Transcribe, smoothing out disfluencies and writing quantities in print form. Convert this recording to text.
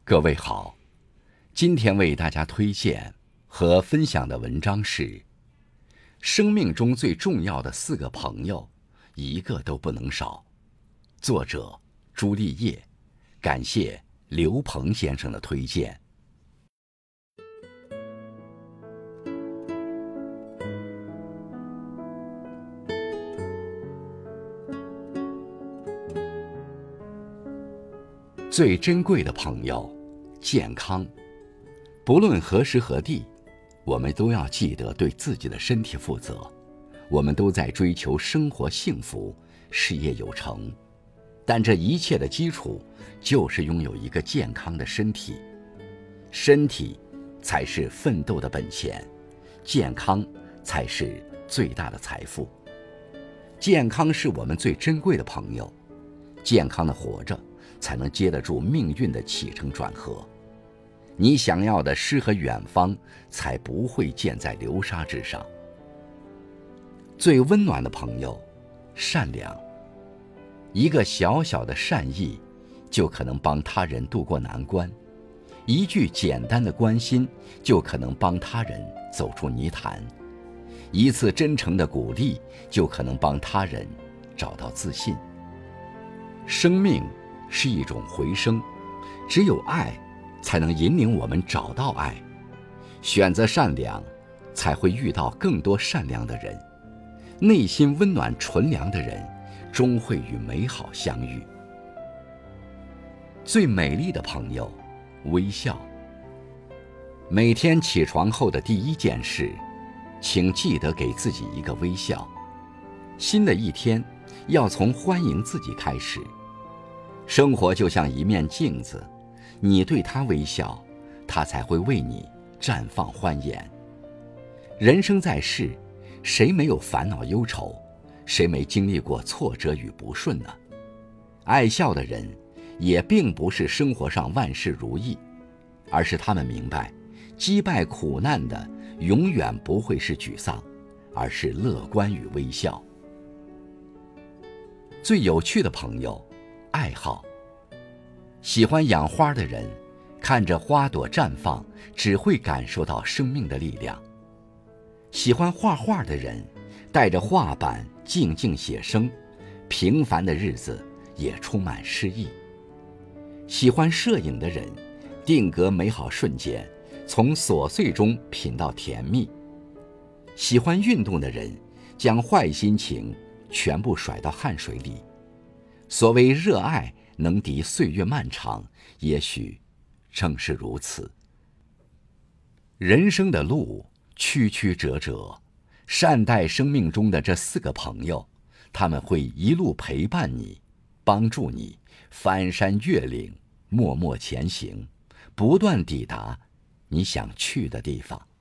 各位好，今天为大家推荐和分享的文章是生命中最重要的4个朋友，一个都不能少。作者朱丽叶，感谢刘鹏先生的推荐。最珍贵的朋友，健康。不论何时何地，我们都要记得对自己的身体负责。我们都在追求生活幸福、事业有成，但这一切的基础就是拥有一个健康的身体。身体才是奋斗的本钱，健康才是最大的财富。健康是我们最珍贵的朋友，健康的活着，才能接得住命运的起承转合。你想要的诗和远方，才不会建在流沙之上。最温暖的朋友，善良。一个小小的善意，就可能帮他人渡过难关；一句简单的关心，就可能帮他人走出泥潭；一次真诚的鼓励，就可能帮他人找到自信。生命是一种回声，只有爱才能引领我们找到爱。选择善良，才会遇到更多善良的人。内心温暖纯良的人，终会与美好相遇。最美丽的朋友，微笑。每天起床后的第一件事，请记得给自己一个微笑。新的一天，要从欢迎自己开始。生活就像一面镜子，你对它微笑，它才会为你绽放欢颜。人生在世，谁没有烦恼忧愁？谁没经历过挫折与不顺呢？爱笑的人，也并不是生活上万事如意，而是他们明白，击败苦难的永远不会是沮丧，而是乐观与微笑。最有趣的朋友，爱好。喜欢养花的人，看着花朵绽放，只会感受到生命的力量。喜欢画画的人，带着画板静静写生，平凡的日子也充满诗意。喜欢摄影的人，定格美好瞬间，从琐碎中品到甜蜜。喜欢运动的人，将坏心情全部甩到汗水里。所谓热爱能敌岁月漫长，也许正是如此。人生的路曲曲折折，善待生命中的这4个朋友，他们会一路陪伴你，帮助你翻山越岭，默默前行，不断抵达你想去的地方。